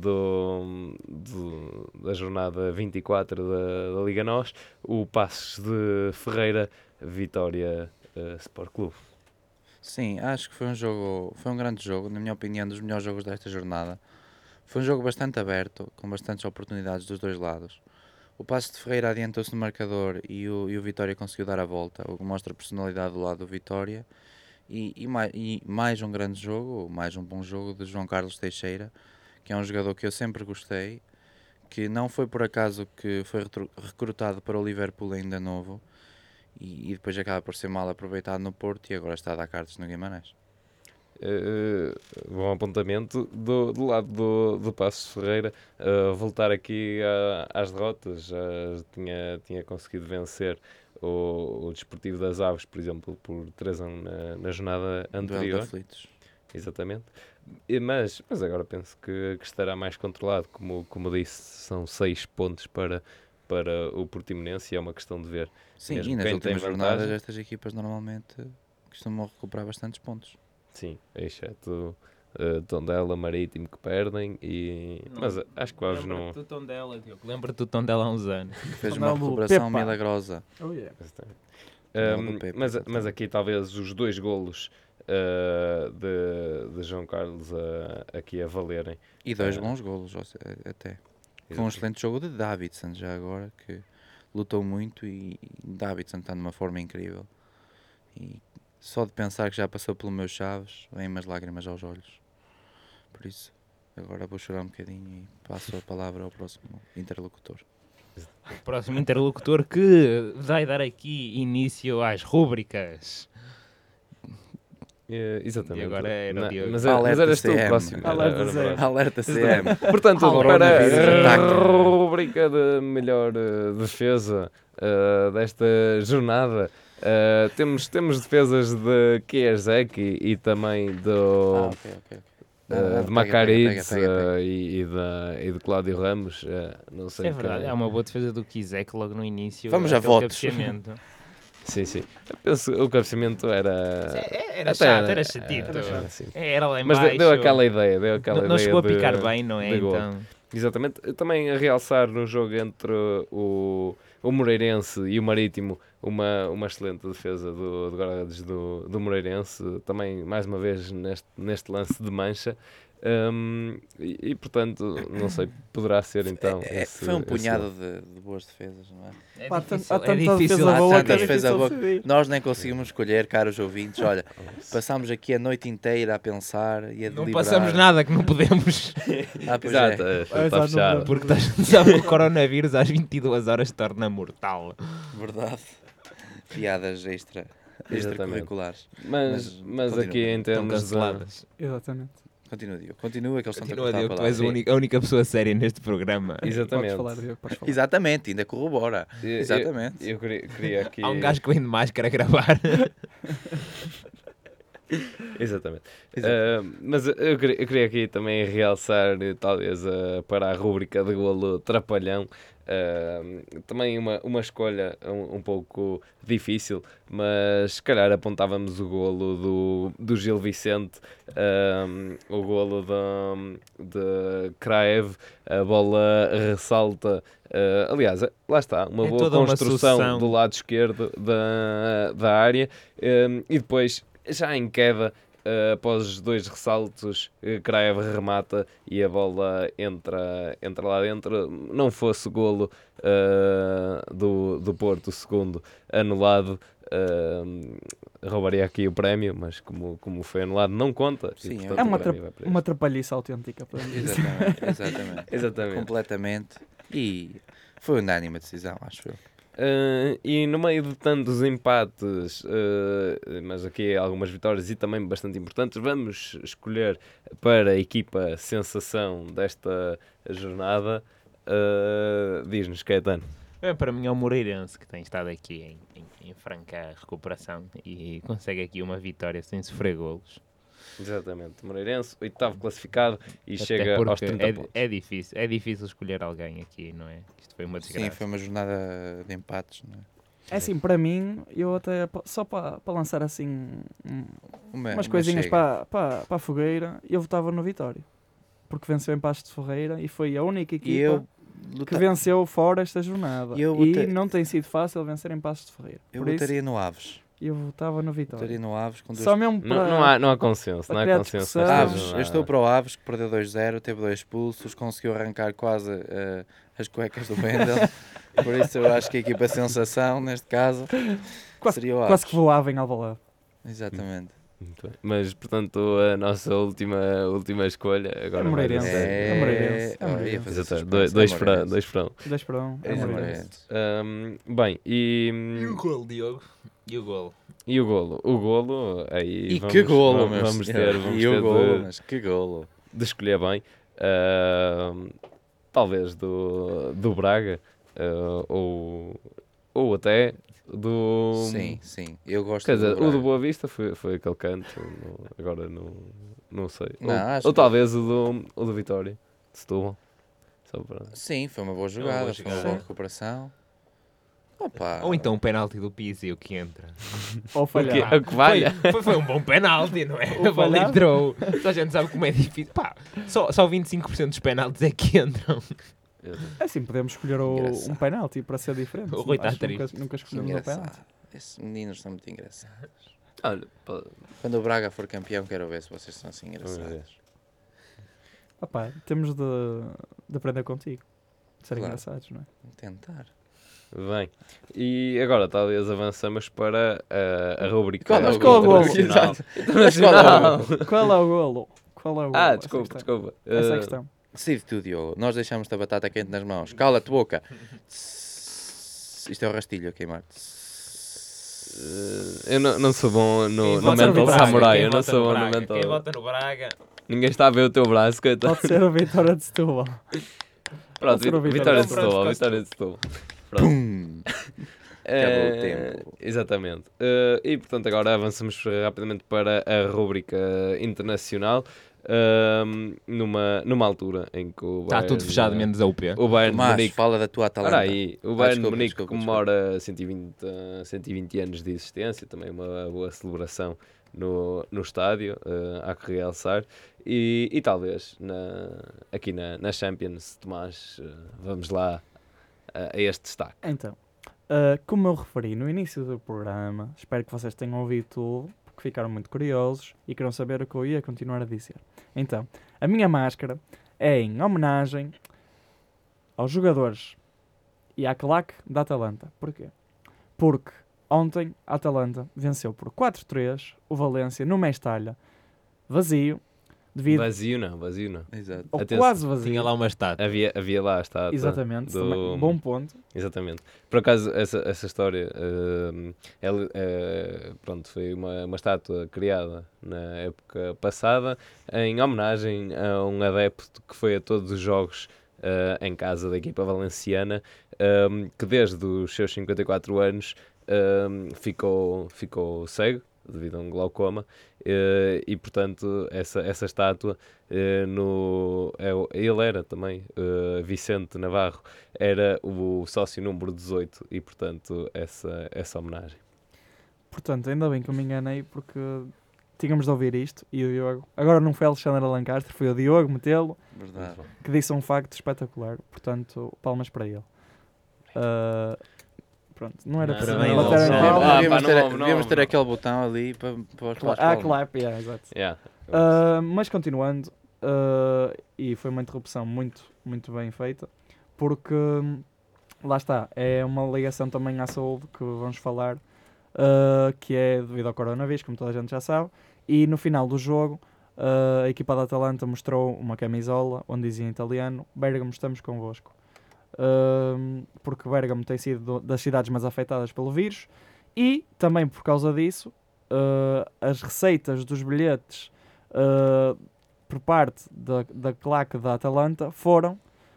da jornada 24 da Liga NOS, o Passos de Ferreira Vitória Sport Clube. Sim, acho que foi um grande jogo, na minha opinião, dos melhores jogos desta jornada. Foi um jogo bastante aberto, com bastantes oportunidades dos dois lados. O Passos de Ferreira adiantou-se no marcador e o Vitória conseguiu dar a volta, o que mostra a personalidade do lado do Vitória. E mais um grande jogo, mais um bom jogo de João Carlos Teixeira, que é um jogador que eu sempre gostei, que não foi por acaso que foi recrutado para o Liverpool ainda novo, e depois acaba por ser mal aproveitado no Porto e agora está a dar cartas no Guimarães. Bom apontamento do lado do Passos Ferreira. Voltar aqui às derrotas, já tinha conseguido vencer o Desportivo das Aves, por exemplo, por 3-1 na jornada Duelo de anterior. aflitos. Exatamente. Mas agora penso que estará mais controlado. Como disse, são 6 pontos para o Portimonense e é uma questão de ver. Sim, Mesmo e nas quem tem últimas jornadas vantagem. estas equipas normalmente costumam recuperar bastantes pontos. Sim, exceto Tondela, Marítimo que perdem, mas acho que o Aves não... Lembra-te do Tondela há uns anos. Fez Tondela uma do recuperação Pepa. milagrosa. Oh, yeah. Tondela do Pepa, Mas exatamente. aqui talvez os 2 golos de João Carlos aqui a valerem. E 2 bons golos, até. Foi um excelente jogo de Davidson já agora, que lutou muito e Davidson está numa forma incrível. E só de pensar que já passou pelo meu Chaves, vem umas lágrimas aos olhos. Por isso, agora vou chorar um bocadinho e passo a palavra ao próximo interlocutor. O próximo interlocutor que vai dar aqui início às rúbricas. Exatamente. E agora era o Diogo. Mas Alerta eras tu o CM. próximo. Alerta Era CM. verdade. Alerta CM. Portanto, para Coronavírus a ataque. rubrica de melhor defesa desta jornada, temos defesas de Kierzek e também Ok. de Macarides e de Cláudio Ramos. Não sei É verdade, é uma boa defesa do Kizek logo no início. Vamos a aquele votos. cabeceamento. Sim. Eu penso que o cabeceamento era... Era até chato, era chatito. assim. Era lá em Mas baixo. deu aquela ideia. Não chegou a de- picar bem, não é? de gol. Então, Exatamente. Também a realçar no jogo entre o Moreirense e o Marítimo uma excelente defesa do guarda-redes do Moreirense, também mais uma vez neste lance de mancha. Portanto, não sei, poderá ser então. Foi um punhado de boas defesas, não é? Pá, é difícil, há tanta é difícil. defesa há boa tanta que é defesa difícil boa. decidir. Nós nem conseguimos escolher, caros ouvintes. Olha, passámos aqui a noite inteira a pensar e a Não deliberar. passamos nada que não podemos. Ah, pois Exato, é, está Exato, fechado. Porque sabe que o coronavírus às 22 horas se torna mortal. verdade. Piadas extracurriculares. Mas continua. aqui em Estão termos de... canceladas. Exatamente. Continua, Diogo. Continua que eles estão Continua, a Diogo, cortar tu és a única pessoa séria neste programa. Exatamente. Podes falar, Diogo, podes falar. Exatamente, ainda corrobora. Exatamente. Eu queria aqui... Há um gajo que vem de máscara a gravar. Exatamente. Exato. Mas eu queria aqui também realçar, talvez, para a rúbrica de golo trapalhão, também uma escolha um pouco difícil, mas se calhar apontávamos o golo do Gil Vicente, o golo de Kraev, a bola ressalta. Aliás, lá está, uma É boa toda uma construção sucessão. do lado esquerdo da área, e depois, já em queda, após os 2 ressaltos, Kraev remata e a bola entra lá dentro. Não fosse golo do Porto, o segundo, anulado, roubaria aqui o prémio, mas como foi anulado, não conta. Sim, portanto, É o uma, prémio vai para uma este. trapalhice autêntica. podemos dizer. Exatamente, exatamente. Exatamente. Completamente. E foi unânime a decisão, acho eu. E no meio de tantos empates, mas aqui algumas vitórias e também bastante importantes, vamos escolher para a equipa sensação desta jornada. Diz-nos, Caetano. Para mim é o Moreirense que tem estado aqui em franca recuperação e consegue aqui uma vitória sem sofrer golos. Exatamente, Moreirense, 8º classificado e Até chega aos porque 30 pontos. é difícil escolher alguém aqui, não é? Isto foi uma desgraça. Sim, foi uma jornada de empates. Não é? É assim, para mim, eu até, só para lançar assim Uma umas coisinhas chega. para a fogueira, eu votava no Vitória. Porque venceu em Passos de Ferreira e foi a única E equipa eu, que venceu fora esta jornada. E eu E botei- não tem sido fácil vencer em Passos de Ferreira. eu Por isso, votaria no Aves. eu votava no Vitória. Votaria no Aves com dois. Só mesmo para... Não há consenso, para não há criar consenso. discussão. nesta Aves, jornada. eu estou para o Aves, que perdeu 2-0, teve 2 expulsos, conseguiu arrancar quase as cuecas do Wendel. Por isso eu acho que a equipa sensação, neste caso, seria o Aves. Quase que voava em Alvalade. Exatamente. Muito bem. Mas, portanto, a nossa última escolha agora É Moreirense. vai ser- É Moreirense. É Oh, ia Moreirense. fazer Exato, suspense, dois é para Moreirense. 2 para 1. 2 para 1. É É Moreirense. Moreirense. Bem, E o gol, Diogo? E o gol? e o golo? O golo, aí E vamos, que golo, vamos, meu vamos senhor. ter, vamos E o ter golo, mas que golo. de escolher bem. Talvez do Braga, ou até do... Sim, sim. Eu gosto Quer dizer, do o do Braga. Boa Vista foi aquele canto, agora não sei. Não, acho ou que- talvez o do Vitória, de Setúbal. Só para... Sim, foi uma boa uma jogada, boa foi uma jogada. boa recuperação. Opa. Ou então o penalti do Pizzi, o que entra. Ou O quê? falhar. A que valha? Foi um bom penalti, não é? O A bola falhado? entrou. Só a gente sabe como é difícil. Pá, só 25% dos penaltis é que entram. É assim, podemos escolher Engraçado. um penalti para ser diferente. O Rui está Acho que triste. nunca escolhemos um penalti. Engraçado. Esses meninos são muito engraçados. Olha, pá, Quando o Braga for campeão, quero ver se vocês são assim vamos ver. engraçados. Opa, temos de aprender contigo. De serem Claro. engraçados, não é? Vou tentar. Bem, e agora talvez avançamos para a rubrica Qual é o Mas qual é o golo? internacional. Exato. Internacional. Qual é o golo? Qual é o golo? Ah, Essa desculpa, questão. desculpa. Essa é a questão. Decide tu, Diogo. Nós deixamos-te a batata quente nas mãos. Cala-te boca. Isto é o rastilho a queimar. Eu não sou bom Quem no vota mental Braga? samurai, Quem eu não vota sou no bom no Braga? mental. Quem vota no Braga? Ninguém está a ver o teu braço, coitado. Pode ser a vitória de Setúbal. Pronto, ser o vitória de Vitória. Setúbal, vitória de Setúbal. Pronto. Pum! Acabou o tempo. Exatamente. E portanto agora avançamos rapidamente para a rúbrica internacional, numa altura em que o Está tudo fechado, menos a UP. o Bayern de Tomás, Munique. fala da tua Atalanta. Ora aí, o Bayern de desculpa, Munique desculpa, comemora 120 anos de existência, também uma boa celebração no estádio, há que realçar. E talvez aqui na Champions, Tomás, vamos lá a este destaque. Então, como eu referi no início do programa, espero que vocês tenham ouvido tudo, porque ficaram muito curiosos e queriam saber o que eu ia continuar a dizer. Então, a minha máscara é em homenagem aos jogadores e à claque da Atalanta. Porquê? Porque ontem a Atalanta venceu por 4-3 o Valência no Mestalha, vazio, devido Vazio não. Exato. ao atenção, quase vazio. Tinha lá uma estátua. Havia lá a estátua. Exatamente, do- também, bom ponto. Exatamente. Por acaso, essa história pronto, foi uma estátua criada na época passada em homenagem a um adepto que foi a todos os jogos em casa da equipa valenciana, que desde os seus 54 anos ficou cego, devido a um glaucoma, e portanto essa estátua, ele era também, Vicente Navarro, era o sócio número 18 e portanto essa homenagem. Portanto, ainda bem que eu me enganei porque tínhamos de ouvir isto e o Diogo, agora não foi Alexandre Alencastre, foi o Diogo Metelo, Verdade. que disse um facto espetacular, portanto, palmas para ele. Pronto, não era Não, preciso parabéns, bater em Alexandre. palmas. Ah, Devíamos pá, ter, não, devíamos ter não. aquele botão ali para as palmas. Clap, yeah, exato. Yeah. Mas continuando, e foi uma interrupção muito, muito bem feita, porque lá está, é uma ligação também à saúde que vamos falar, que é devido ao coronavírus, como toda a gente já sabe, e no final do jogo a equipa da Atalanta mostrou uma camisola onde dizia em italiano: Bérgamo, estamos convosco. Porque Bérgamo tem sido das cidades mais afetadas pelo vírus e também por causa disso as receitas dos bilhetes por parte da claque da Atalanta foram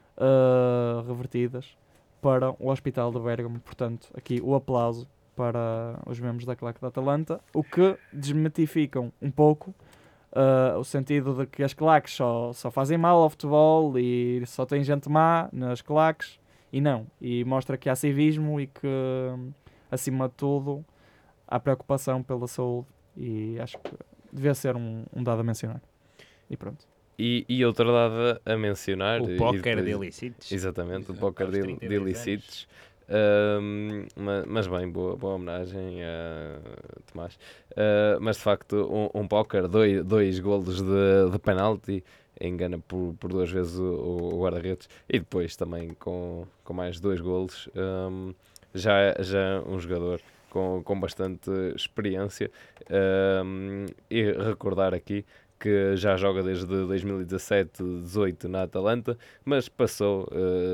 revertidas para o Hospital de Bérgamo. Portanto, aqui o aplauso para os membros da claque da Atalanta, o que desmitificam um pouco o sentido de que as claques só fazem mal ao futebol e só tem gente má nas claques, e não. E mostra que há civismo e que, acima de tudo, há preocupação pela saúde, e acho que devia ser um dado a mencionar. E pronto. E outra dada a mencionar... O e póquer depois- de ilícitos. Exatamente, o Exato. póquer Aos de 32 ilícitos. Mas bem, boa homenagem a Tomás. Mas de facto, um póquer, dois golos de penalti, engana por duas vezes o guarda-redes, e depois também com mais 2 golos, já um jogador com bastante experiência. E recordar aqui que já joga desde 2017-18 na Atalanta, mas passou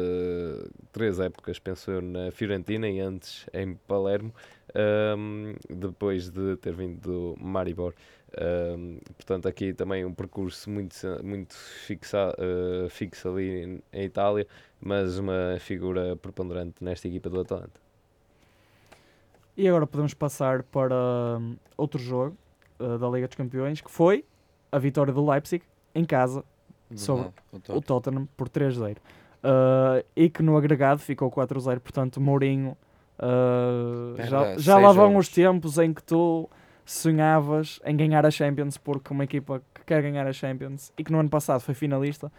3 épocas, penso eu, na Fiorentina e antes em Palermo, depois de ter vindo do Maribor. Portanto, aqui também um percurso muito fixo ali em Itália, mas uma figura preponderante nesta equipa do Atalanta. E agora podemos passar para outro jogo da Liga dos Campeões, que foi a vitória do Leipzig em casa sobre o Tottenham por 3-0. E que no agregado ficou 4-0. Portanto, Mourinho, já lá vão os tempos em que tu sonhavas em ganhar a Champions, porque uma equipa que quer ganhar a Champions e que no ano passado foi finalista,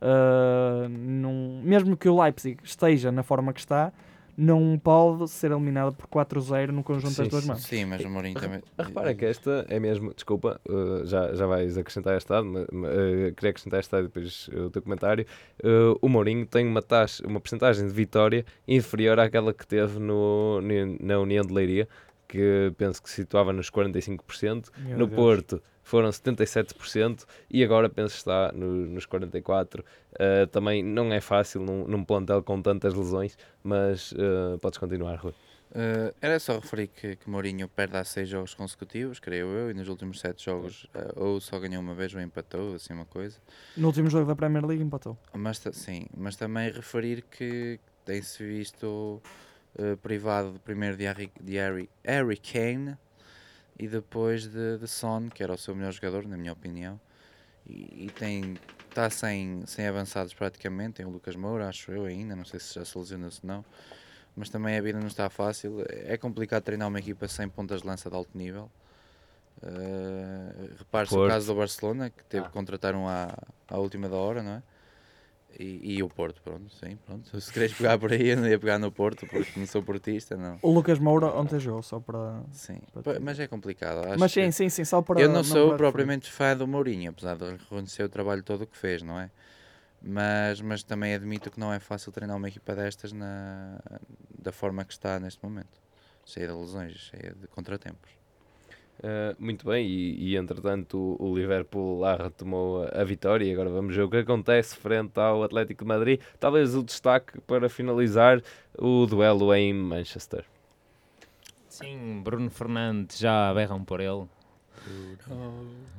mesmo que o Leipzig esteja na forma que está, não pode ser eliminado por 4-0 no conjunto das duas mãos. Sim, mas o Mourinho também... Repara que esta é mesmo, desculpa, já vais acrescentar esta, mas queria acrescentar esta e depois o teu comentário. O Mourinho tem uma percentagem de vitória inferior àquela que teve na União de Leiria, que penso que se situava nos 45%, no Porto foram 77% e agora penso que está nos 44%. Também não é fácil num plantel com tantas lesões, mas podes continuar, Rui. Era só referir que Mourinho perde há 6 jogos consecutivos, creio eu, e nos últimos 7 jogos ou só ganhou uma vez ou empatou, assim uma coisa. No último jogo da Premier League empatou. Mas também referir que tem-se visto privado primeiro de Harry Kane e depois de Son, que era o seu melhor jogador, na minha opinião, e está sem avançados praticamente. Tem o Lucas Moura, acho eu ainda, não sei se já se lesionou ou não, mas também a vida não está fácil. É complicado treinar uma equipa sem pontas de lança de alto nível. Repare-se o caso do Barcelona, que teve que contratar um à última da hora, não é? E o Porto, pronto. Se queres pegar por aí, eu não ia pegar no Porto, porque não sou portista, não. O Lucas Moura ontem jogou, só para... Sim, mas é complicado. Mas sim, só para... Eu não sou propriamente fã do Mourinho, apesar de reconhecer o trabalho todo que fez, não é? Mas também admito que não é fácil treinar uma equipa destas da forma que está neste momento. Cheia de lesões, cheia de contratempos. Muito bem, e entretanto o Liverpool lá retomou a vitória e agora vamos ver o que acontece frente ao Atlético de Madrid. Talvez o destaque para finalizar o duelo em Manchester. Sim, Bruno Fernandes já berram por ele.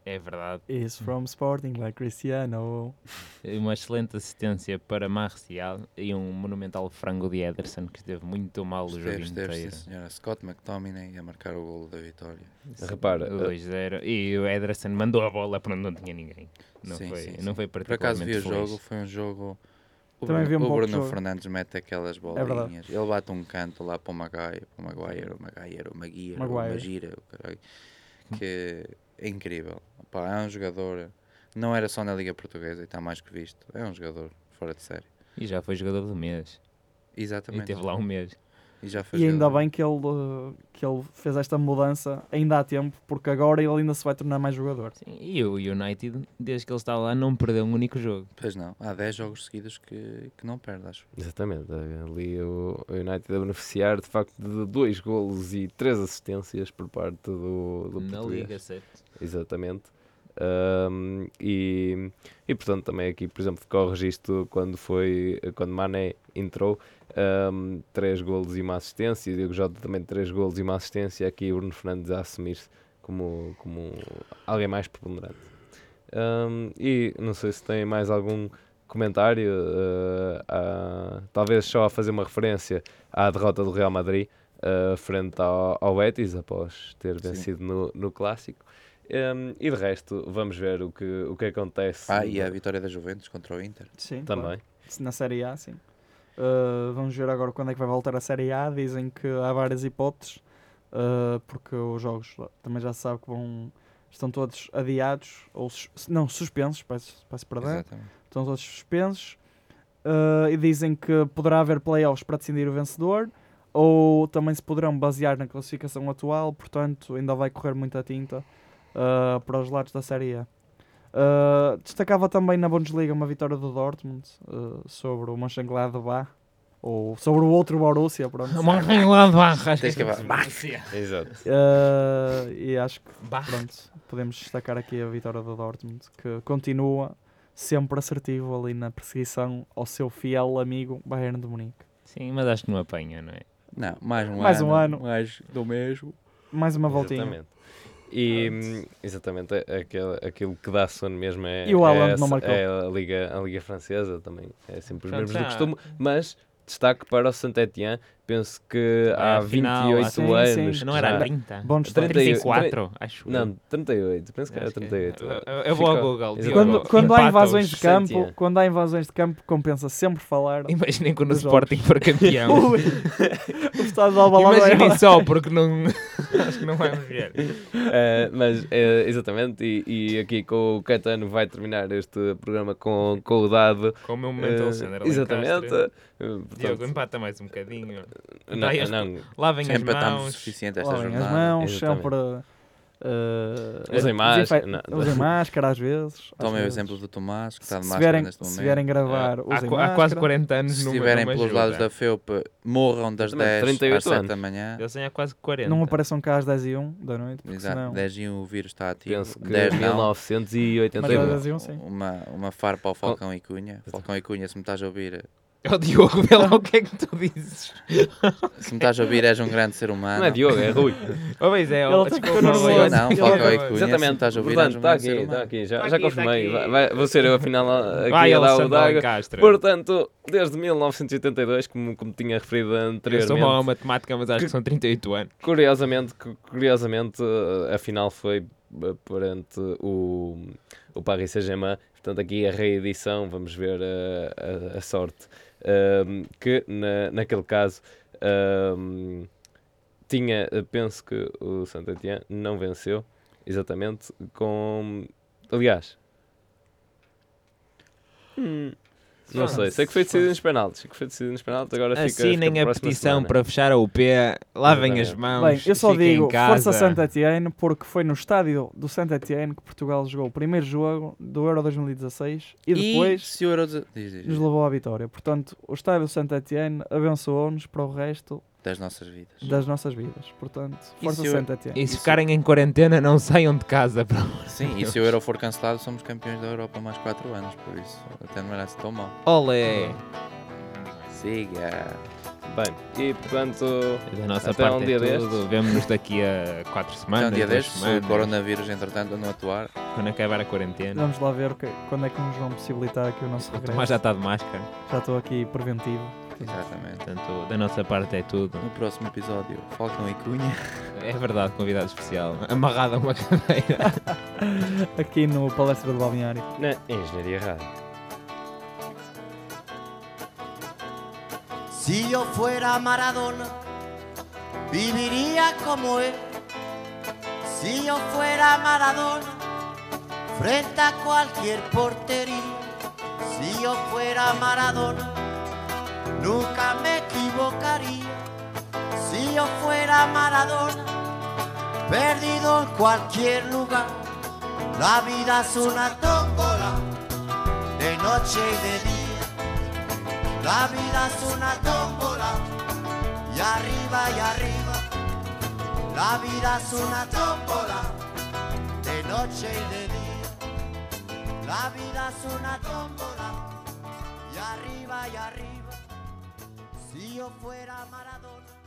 É verdade. Is from Sporting, like Cristiano. Uma excelente assistência para Marcial e um monumental frango de Ederson que esteve muito mal o jogo Esteve, sim, inteiro. senhora. Scott McTominay a marcar o golo da vitória. Repara, 2-0. E o Ederson mandou a bola para onde não tinha ninguém. Não Sim, foi, sim, não sim. foi Por acaso vi particularmente o feliz. jogo, foi um jogo... O Também vi um Bruno, pouco o de Bruno jogo. Fernandes mete aquelas verdade. bolinhas. Ele bate um canto lá para o Maguire, Magira, o caralho, que é incrível. Pá, é um jogador, não era só na Liga Portuguesa e está mais que visto. É um jogador fora de série. E já foi jogador do mês. E Exatamente. teve lá um mês. E já foi E ainda jogador. bem que ele fez esta mudança ainda há tempo, porque agora ele ainda se vai tornar mais jogador. Sim, e o United, desde que ele está lá, não perdeu um único jogo. Pois não, há 10 jogos seguidos que não perde, acho. exatamente, ali o United a beneficiar de facto de 2 golos e 3 assistências por parte do Na português. Liga, certo? Exatamente. E portanto também aqui, por exemplo, ficou o registro quando Mané entrou, 3 golos e uma assistência, e Diogo Jota também 3 golos e uma assistência, aqui o Bruno Fernandes a assumir-se como alguém mais preponderante. E não sei se tem mais algum comentário, talvez só a fazer uma referência à derrota do Real Madrid frente ao Betis após ter Sim. vencido no Clássico. E de resto, vamos ver o que acontece. E a vitória da Juventus contra o Inter. Sim, também. claro. Na Série A, sim. Vamos ver agora quando é que vai voltar a Série A. Dizem que há várias hipóteses, porque os jogos também já se sabe que estão todos adiados, ou suspensos, peço perdão. Exatamente. Estão todos suspensos. E dizem que poderá haver playoffs para decidir o vencedor, ou também se poderão basear na classificação atual, portanto ainda vai correr muita tinta para os lados da Série A. Destacava também na Bundesliga uma vitória do Dortmund sobre o Mönchengladbach, ou sobre o outro Borussia, pronto. Tens que Exato. E acho que pronto, podemos destacar aqui a vitória do Dortmund, que continua sempre assertivo ali na perseguição ao seu fiel amigo Bayern de Munique. Sim, mas acho que não apanha, não é? Não, mais um ano. Mais do mesmo. Mais uma voltinha. Exatamente. E exatamente aquilo que dá sono mesmo E o Haaland não marcou. é a Liga Francesa também. É sempre os Pronto, mesmos do já. costume, mas destaque para o Saint-Étienne. Penso que há Afinal, 28 sim, anos. sim. Não que era já- 30? Bom destaque. 34, acho. Não, 38. Penso que era Acho que- 38. Eu vou ao Ficou- Google. Exato. Diogo, Quando há empata invasões de os campo, Saint-Étienne. quando há invasões de campo, compensa sempre falar. Imaginem quando o dos Sporting for campeão. Ui, o estado de Alvalade Imaginem vai- só, porque não... acho que não vamos ver. Mas exatamente, e aqui com o Caetano vai terminar este programa com o dado. Com o meu momento, Alexandre Exatamente. Alencastre. Portanto, Diogo, empata mais um bocadinho. não, Dá este- não, Lavem Já as empatamos o mãos. suficiente esta Lavem as jornada. mãos, Exatamente. sempre. Usem máscara, não. Usem máscara às vezes. às Tomem o vezes. exemplo do Tomás, que está de Se máscara vierem, neste se momento. vierem gravar, Há usem quase máscara. 40 anos Se numa estiverem numa pelos ajuda. lados da FEUP, morram das Também, 10 38 às 7 anos. da manhã. Eles têm há quase 40. Não apareçam cá às 10h01 da noite, porque Exato, senão... 10 e 1 o vírus está ativo. Penso que 10 não. 1981. Mas às 10h01 sim. Uma farpa ao Falcão e Cunha. Falcão e Cunha, se me estás a ouvir, Ó Diogo, vê lá o que é que tu dizes. se me estás a ouvir, és um grande ser humano. Não é Diogo, é Rui. Oh, pois é, Ele ó, até desculpa, ficou Rui, nervoso. Não, Ele Falcão acabou- e Cunha, se me Exatamente, estás a ouvir, és portanto, um está grande ser aqui, humano. está aqui, já Tá aqui, confirmei. tá aqui. Vou ser eu afinal aqui Vai, a dar o Alexandre dago. Alencastre. Portanto, desde 1982, como tinha referido Eu sou anteriormente, mau a matemática, mas acho que são 38 anos. curiosamente a final foi perante o Paris Saint-Germain. Portanto, aqui a reedição, vamos ver a sorte. Que naquele caso tinha, penso que o Saint-Étienne não venceu, exatamente, aliás, não sei que foi decidido nos penaltis, agora fica Assinem para a próxima petição semana. para fechar a UP, lavem as Exatamente. mãos, Bem, eu só fiquem digo em casa. força Saint-Étienne, porque foi no estádio do Saint-Étienne que Portugal jogou o primeiro jogo do Euro 2016 e depois se o Euro... Diz. nos levou à vitória. Portanto, o estádio do Saint-Étienne abençoou-nos para o resto Das nossas vidas. das nossas vidas. Portanto, E força se eu- Saint-Étienne. E se ficarem em quarentena, não saiam de casa. Sim, e se o Euro for cancelado, somos campeões da Europa mais 4 anos, por isso até não merece tão mal. Olé! Siga. Bem, e portanto, Da nossa até parte um dia é tudo. destes. Vemo-nos daqui a 4 Até semanas, um dia 2 destes, se o semanas, coronavírus entretanto não atuar. quando acabar a quarentena. Vamos lá ver quando é que nos vão possibilitar aqui o nosso O regresso. Tomás já está de máscara. Já estou aqui preventivo. Exatamente. Portanto, da nossa parte é tudo. No próximo episódio, Falcão e Cunha. É verdade, convidado especial. Amarrado a uma cadeira. Aqui no Palestra do Balneário. Na Engenharia Rádio. Si yo fuera Maradona, viviría como él. Si yo fuera Maradona, frente a cualquier portería. Si yo fuera Maradona, nunca me equivocaría. Si yo fuera Maradona, perdido en cualquier lugar. La vida es una tómbola, de noche y de día. La vida es una tómbola, y arriba y arriba. La vida es una tómbola, de noche y de día. La vida es una tómbola, y arriba y arriba. Si yo fuera Maradona.